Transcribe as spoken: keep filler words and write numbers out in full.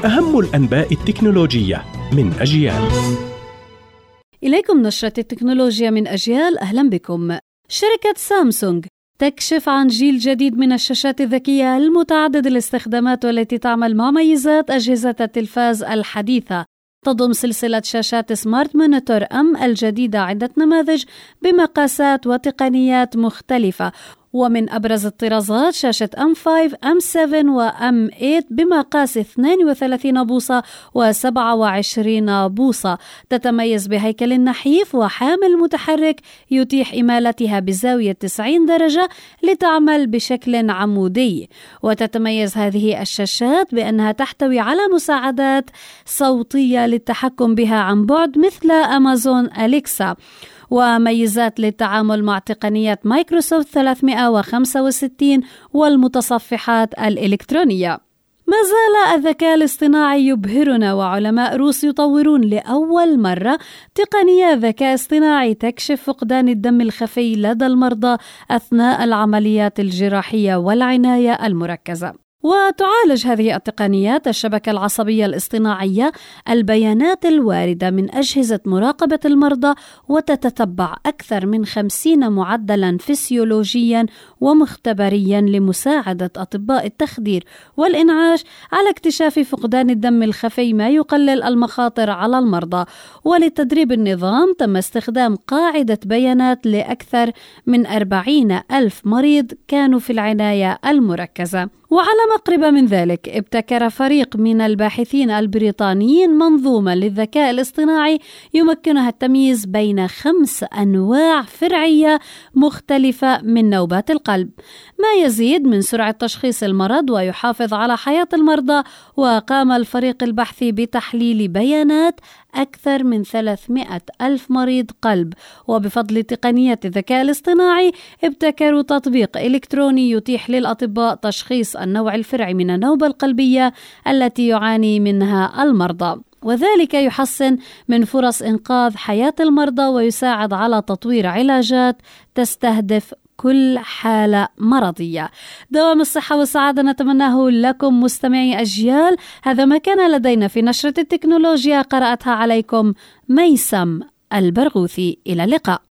أهم الأنباء التكنولوجية من أجيال. إليكم نشرة التكنولوجيا من أجيال، أهلا بكم. شركة سامسونج تكشف عن جيل جديد من الشاشات الذكية المتعدد الاستخدامات والتي تعمل مع ميزات أجهزة التلفاز الحديثة. تضم سلسلة شاشات سمارت مونيتور أم الجديدة عدة نماذج بمقاسات وتقنيات مختلفة، ومن أبرز الطرازات شاشة أم خمسة، أم سبعة وأم ثمانية بمقاس اثنين وثلاثين بوصة وسبعة وعشرين بوصة. تتميز بهيكل نحيف وحامل متحرك يتيح إمالتها بزاوية تسعين درجة لتعمل بشكل عمودي. وتتميز هذه الشاشات بأنها تحتوي على مساعدات صوتية للتحكم بها عن بعد مثل أمازون أليكسا، وميزات للتعامل مع تقنيات مايكروسوفت ثلاثمائة وخمسة وستين والمتصفحات الإلكترونية. ما زال الذكاء الاصطناعي يبهرنا، وعلماء روس يطورون لأول مرة تقنية ذكاء اصطناعي تكشف فقدان الدم الخفي لدى المرضى أثناء العمليات الجراحية والعناية المركزة. وتعالج هذه التقنيات الشبكة العصبية الاصطناعية البيانات الواردة من أجهزة مراقبة المرضى، وتتتبع أكثر من خمسين معدلا فسيولوجيا ومختبريا لمساعدة أطباء التخدير والإنعاش على اكتشاف فقدان الدم الخفي، ما يقلل المخاطر على المرضى. ولتدريب النظام تم استخدام قاعدة بيانات لأكثر من أربعين ألف مريض كانوا في العناية المركزة. وعلى مقرب من ذلك، ابتكر فريق من الباحثين البريطانيين منظومة للذكاء الاصطناعي يمكنها التمييز بين خمس أنواع فرعية مختلفة من نوبات القلب، ما يزيد من سرعة تشخيص المرض ويحافظ على حياة المرضى. وقام الفريق البحثي بتحليل بيانات أكثر من ثلاثمائة ألف مريض قلب، وبفضل تقنية الذكاء الاصطناعي ابتكروا تطبيق إلكتروني يتيح للأطباء تشخيص النوع الفرعي من النوبة القلبية التي يعاني منها المرضى، وذلك يحسن من فرص إنقاذ حياة المرضى ويساعد على تطوير علاجات تستهدف كل حالة مرضية. دوام الصحة والسعادة نتمناه لكم مستمعي أجيال. هذا ما كان لدينا في نشرة التكنولوجيا، قرأتها عليكم ميسم البرغوثي. إلى اللقاء.